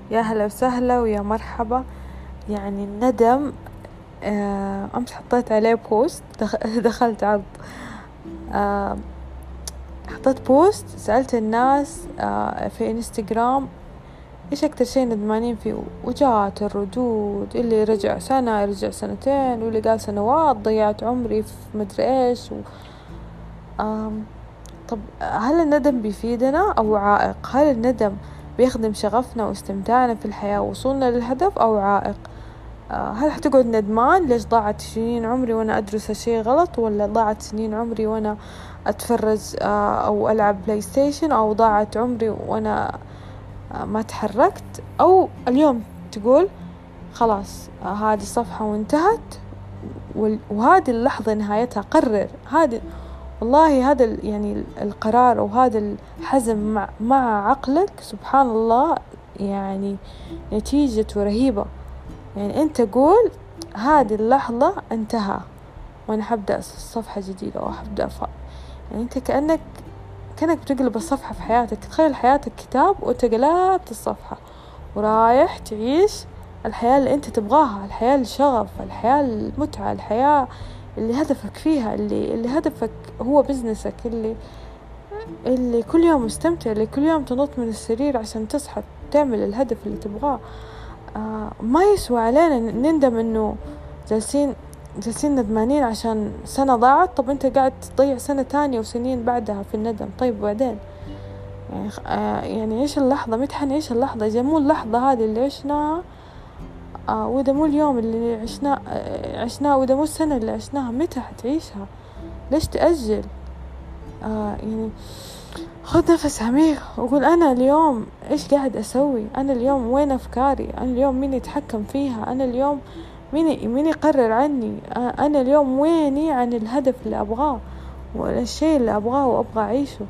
يا هلا وسهلا ويا مرحبا. يعني الندم، أمس حطيت عليه بوست. دخلت عرض، آه حطيت بوست سألت الناس في انستغرام إيش أكتر شيء ندمانين فيه، وجاءت الردود اللي رجع سنة، رجع سنتين، واللي قال سنوات ضيعت عمري في مدري إيش طب هل الندم بيفيدنا أو عائق؟ هل الندم بيخدم شغفنا واستمتاعنا في الحياة ووصولنا للهدف أو عائق؟ هل حتقعد ندمان ليش ضاعت سنين عمري وأنا أدرس الشيء غلط، ولا ضاعت سنين عمري وأنا أتفرج أو ألعب بلاي ستيشن، أو ضاعت عمري وأنا ما تحركت، أو اليوم تقول خلاص هذه الصفحة وانتهت وهذه اللحظة نهايتها. قرر هذه، والله هذا يعني القرار أو هذا الحزم مع عقلك، سبحان الله، يعني نتيجته رهيبة. يعني أنت قول هذه اللحظة انتهى وأنا حبدأ صفحة جديدة أو حبدأ يعني أنت كأنك بتقلب الصفحة في حياتك. تخيل حياتك كتاب وأنت قلبت الصفحة ورايح تعيش الحياة اللي أنت تبغاها، الحياة الشغف، الحياة المتعة، الحياة اللي هدفك فيها، اللي هدفك هو بزنسك، اللي كل يوم مستمتع، اللي كل يوم تنط من السرير عشان تصحى تعمل الهدف اللي تبغاه. ما يسوى علينا نندم إنه جالسين ندمانين عشان سنة ضاعت. طب أنت قاعد تضيع سنة تانية وسنين بعدها في الندم. طيب بعدين يعني عيش اللحظة، متى حنعيش اللحظة؟ إذا مو اللحظة هذه اللي عشناها وإذا مو اليوم اللي عشناه وإذا مو السنة اللي عشناها، متى حتعيشها؟ ليش تأجل؟ يعني خذ نفس عميق وقول أنا اليوم إيش قاعد أسوي، أنا اليوم وين أفكاري، أنا اليوم مين يتحكم فيها، أنا اليوم مين يقرر عني، أنا اليوم ويني عن الهدف اللي أبغاه والشيء اللي أبغاه وأبغى أعيشه.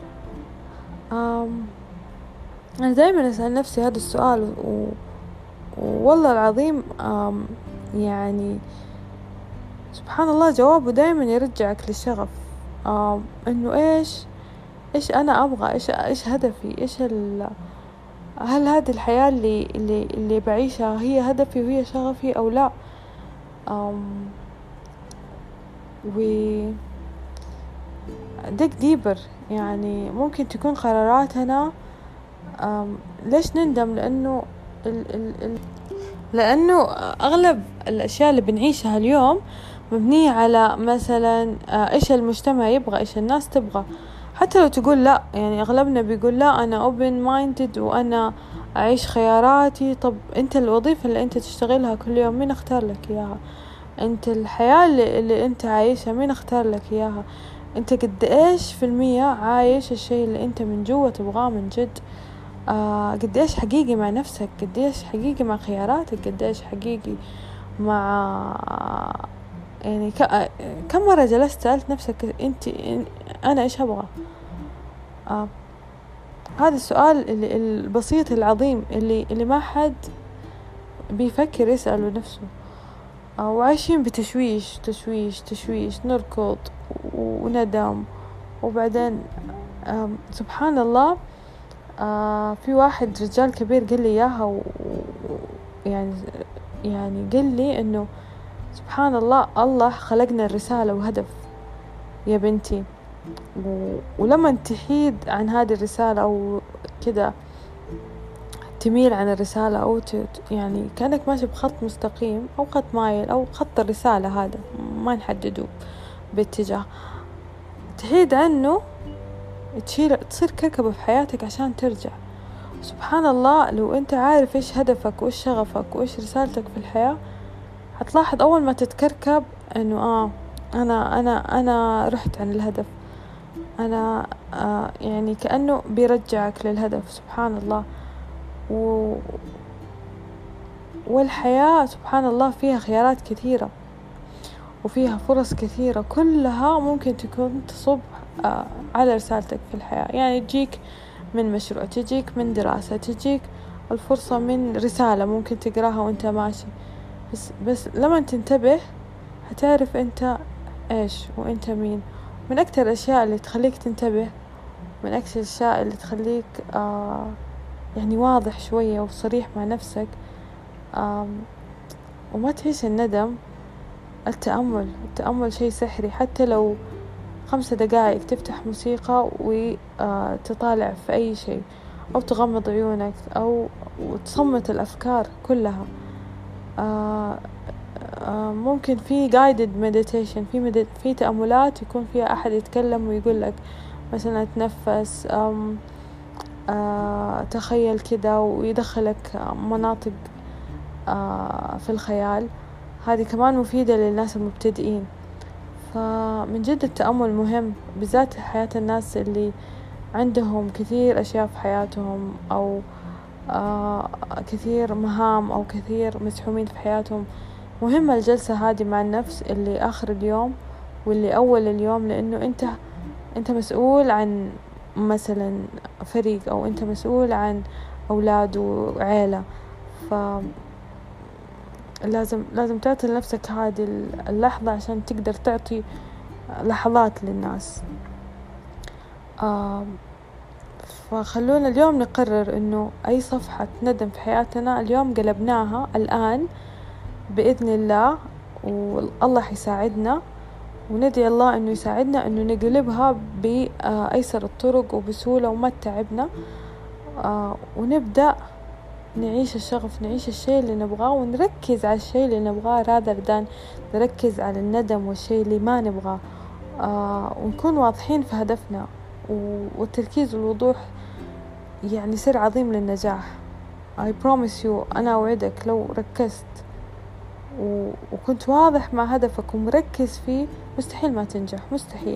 أنا دايما أسأل نفسي هذا السؤال والله العظيم يعني سبحان الله جوابه دايما يرجعك للشغف. إنه إيش أنا أبغى، إيش هدفي، هل هذه الحياة اللي بعيشها هي هدفي وهي شغفي أو لا؟ و ديك ديبر، يعني ممكن تكون قراراتنا ليش نندم؟ لأنه أغلب الأشياء اللي بنعيشها اليوم مبنية على مثلا إيش المجتمع يبغى، إيش الناس تبغى. حتى لو تقول لا، يعني أغلبنا بيقول لا، أنا open minded وأنا أعيش خياراتي. طب أنت الوظيفة اللي أنت تشتغلها كل يوم مين اختار لك إياها؟ أنت الحياة اللي أنت عايشها مين اختار لك إياها؟ أنت قد إيش في المية عايش الشيء اللي أنت من جوا تبغاه من جد؟ قد إيش حقيقي مع نفسك، قد إيش حقيقي مع خياراتك، قد إيش حقيقي مع يعني كم مرة جلست سألت نفسك أنا إيش أبغى؟ هذا السؤال البسيط العظيم اللي ما حد بيفكر يسأله نفسه. وعايشين بتشويش تشويش تشويش، نركض وندم. وبعدين سبحان الله، في واحد رجال كبير قال لي إياها يعني قال لي إنه سبحان الله، الله خلقنا الرسالة وهدف يا بنتي، ولما تحيد عن هذه الرسالة أو كده تميل عن الرسالة أو يعني كأنك ماشي بخط مستقيم أو خط مايل أو خط الرسالة، هذا ما نحدده باتجاه، تحيد عنه تصير كركبة في حياتك عشان ترجع. سبحان الله، لو أنت عارف إيش هدفك وإيش شغفك وإيش رسالتك في الحياة، هتلاحظ أول ما تتكركب إنه أنا رحت عن الهدف. أنا يعني كأنه بيرجعك للهدف. سبحان الله. والحياة سبحان الله فيها خيارات كثيرة وفيها فرص كثيرة، كلها ممكن تكون تصب على رسالتك في الحياة. يعني تجيك من مشروع، تجيك من دراسة، تجيك الفرصة من رسالة ممكن تقراها وانت ماشي. بس لما تنتبه هتعرف انت ايش وانت مين. من اكتر الاشياء اللي تخليك تنتبه، من اكتر الاشياء اللي تخليك يعني واضح شوية وصريح مع نفسك، وما تعيش الندم. التأمل شيء سحري، حتى لو 5 دقائق تفتح موسيقى وتطالع في أي شيء، أو تغمض عيونك، أو تصمت الأفكار كلها. ممكن في guided meditation، في تأملات يكون فيها أحد يتكلم ويقول لك مثلا تنفس، تخيل كده، ويدخلك مناطق في الخيال. هذه كمان مفيدة للناس المبتدئين. فمن جد التأمل مهم، بالذات حياة الناس اللي عندهم كثير أشياء في حياتهم، أو كثير مهام، أو كثير مزحومين في حياتهم. مهمة الجلسة هذه مع النفس، اللي آخر اليوم واللي أول اليوم، لأنه أنت مسؤول عن مثلا فريق، أو أنت مسؤول عن أولاد وعيلة. لازم تعطي لنفسك هذه اللحظة عشان تقدر تعطي لحظات للناس. فخلونا اليوم نقرر إنه أي صفحة ندم في حياتنا اليوم قلبناها الآن بإذن الله، والله حيساعدنا، وندعي الله إنه يساعدنا إنه نقلبها بأيسر الطرق وبسهولة وما تتعبنا، ونبدأ نعيش الشغف، نعيش الشيء اللي نبغاه، ونركز على الشيء اللي نبغاه rather than نركز على الندم والشيء اللي ما نبغاه. ونكون واضحين في هدفنا، والتركيز والوضوح يعني سر عظيم للنجاح. I promise you، أنا أوعدك لو ركزت وكنت واضح مع هدفك ومركز فيه، مستحيل ما تنجح، مستحيل.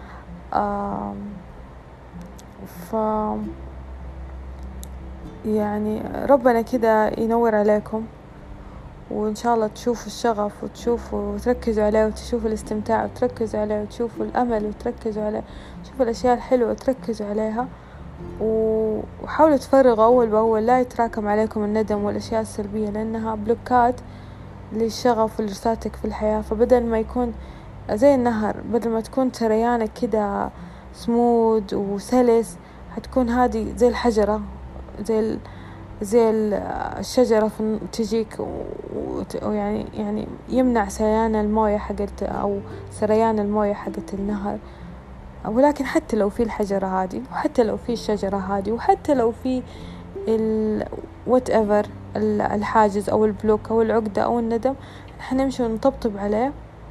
يعني ربنا كده ينور عليكم، وإن شاء الله تشوفوا الشغف وتركزوا عليه، وتشوفوا الاستمتاع وتركزوا عليه، وتشوفوا الأمل وتركزوا عليه، تشوفوا الأشياء الحلوة وتركزوا عليها، وحاولوا تفرغوا أول بأول، لا يتراكم عليكم الندم والأشياء السلبية، لأنها بلوكات للشغف ولرسالتك في الحياة. فبدل ما يكون زي النهر، بدل ما تكون سريانك كده سمود وسلس، حتكون هذه زي الحجرة، زي الشجرة تجيك ويعني يمنع سريان الموية حقت، أو سريان الموية حقت النهر. ولكن حتى لو في الحجرة هذه، وحتى لو في الشجرة هذه، وحتى لو في whatever الحاجز أو البلوك أو العقدة أو الندم، حنمشي ونطبطب عليه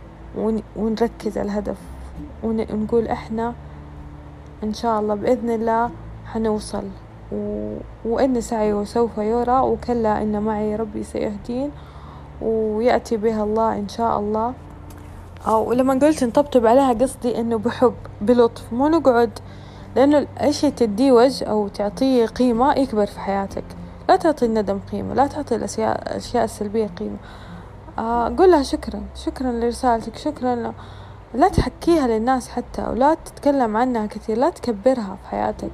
ونركز على الهدف، ونقول إحنا إن شاء الله بإذن الله حنوصل، وإن سعيه سوف يرى، وكلا إن معي ربي سيهدين، ويأتي بها الله إن شاء الله. أو لما قلت نطبطب عليها قصدي إنه بحب، بلطف، مو نقعد، لأنه أشي تديه وجه أو تعطيه قيمة يكبر في حياتك. لا تعطي الندم قيمة، لا تعطي الأشياء السلبية قيمة. قول لها شكرا لرسالتك، شكرا. لا تحكيها للناس حتى، ولا تتكلم عنها كثير، لا تكبرها في حياتك.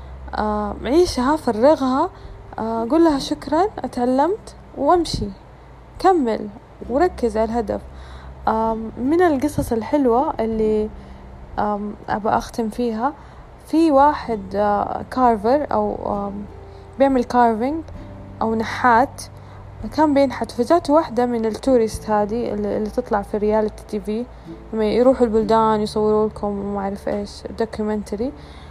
عيشها، فرغها، قول لها شكرا، اتعلمت، وامشي، كمل وركز على الهدف. من القصص الحلوة اللي أبى أختم فيها، في واحد كارفر أو بيعمل كارفينج أو نحات، كان بينحت، فجاته واحدة من التوريست هذه اللي تطلع في رياليتي تي في، لما يروحوا البلدان يصوروا لكم وما أعرف إيش دوكيومنتري.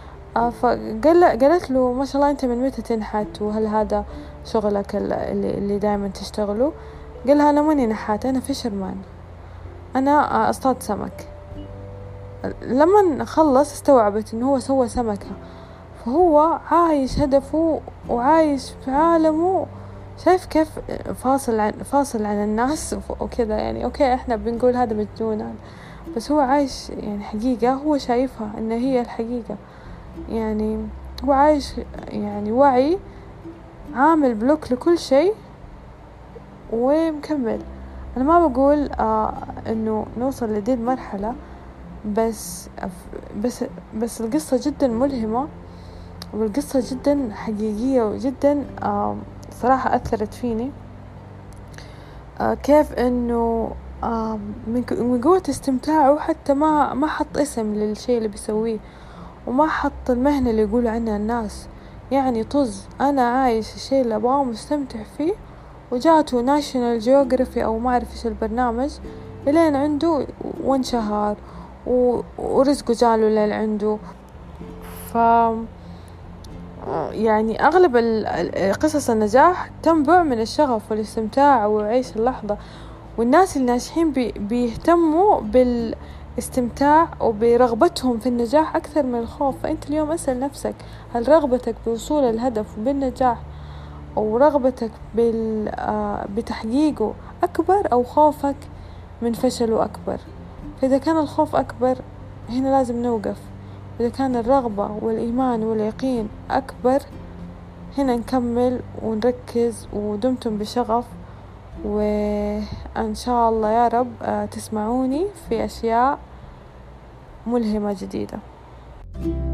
قالت له ما شاء الله أنت من متى تنحت، وهل هذا شغلك اللي دائما تشتغله؟ قال لها أنا ماني نحات، أنا فيشرمان، أنا أصطاد سمك. لما خلص استوعبت إنه هو سوى سمكة، فهو عايش هدفه وعايش في عالمه، شايف كيف فاصل عن الناس وكذا. يعني أوكي إحنا بنقول هذا مجنون، بس هو عايش يعني حقيقة، هو شايفها إن هي الحقيقة. يعني هو عايش يعني وعي، عامل بلوك لكل شيء ومكمل. أنا ما بقول إنه نوصل لدي المرحلة، بس القصة جدا ملهمة، والقصة جدا حقيقية، وجدا صراحة أثرت فيني. كيف إنه من قوة استمتاعه حتى ما حط اسم للشيء اللي بيسويه، وما حط المهنة اللي يقولوا عنها الناس. يعني طز أنا عايش الشيء اللي أبغاه مستمتع فيه، وجاته ناشونال جيوغرافي أو ما أعرف إيش البرنامج إلين عنده وانشهر ورزقه جاله اللي عنده. ف يعني أغلب قصص النجاح تنبع من الشغف والاستمتاع وعيش اللحظة، والناس الناجحين بيهتموا بالاستمتاع وبرغبتهم في النجاح أكثر من الخوف. فأنت اليوم أسأل نفسك، هل رغبتك بوصول الهدف وبالنجاح ورغبتك بتحقيقه أكبر أو خوفك من فشله أكبر؟ فإذا كان الخوف أكبر هنا لازم نوقف، إذا كان الرغبة والإيمان واليقين أكبر هنا نكمل ونركز ودمتم بشغف. وإن شاء الله يا رب تسمعوني في أشياء ملهمة جديدة.